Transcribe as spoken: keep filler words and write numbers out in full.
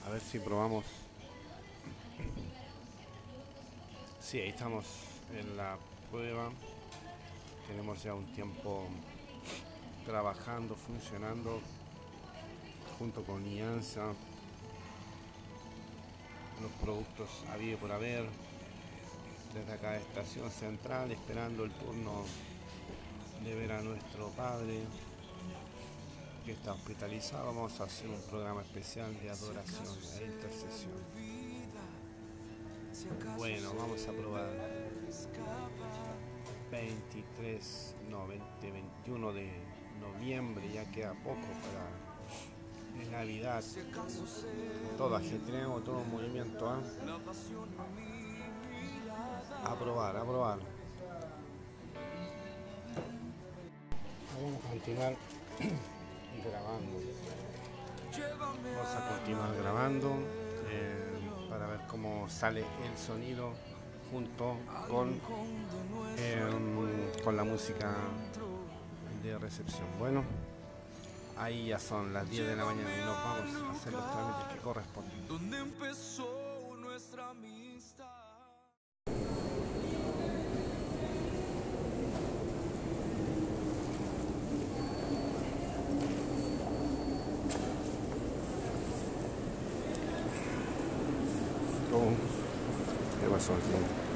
A ver si probamos. Sí, ahí estamos en la prueba. Tenemos ya un tiempo trabajando, funcionando junto con IANSA. Los productos había por haber. Desde acá de Estación Central, esperando el turno de ver a nuestro padre que está hospitalizado. Vamos a hacer un programa especial de adoración e intercesión. Bueno, vamos a probar veintitrés, no, veinte, veintiuno de noviembre, ya queda poco para Navidad. Todo ajetreo, todo movimiento, ¿eh? A probar, a probar. Vamos a continuar grabando. Vamos a continuar grabando eh, para ver cómo sale el sonido junto con, eh, con la música de recepción. Bueno, ahí ya son las diez de la mañana y nos vamos a hacer los trámites que corresponden. ¿Dónde empezó nuestra amistad? Oh, ¿qué pasó aquí?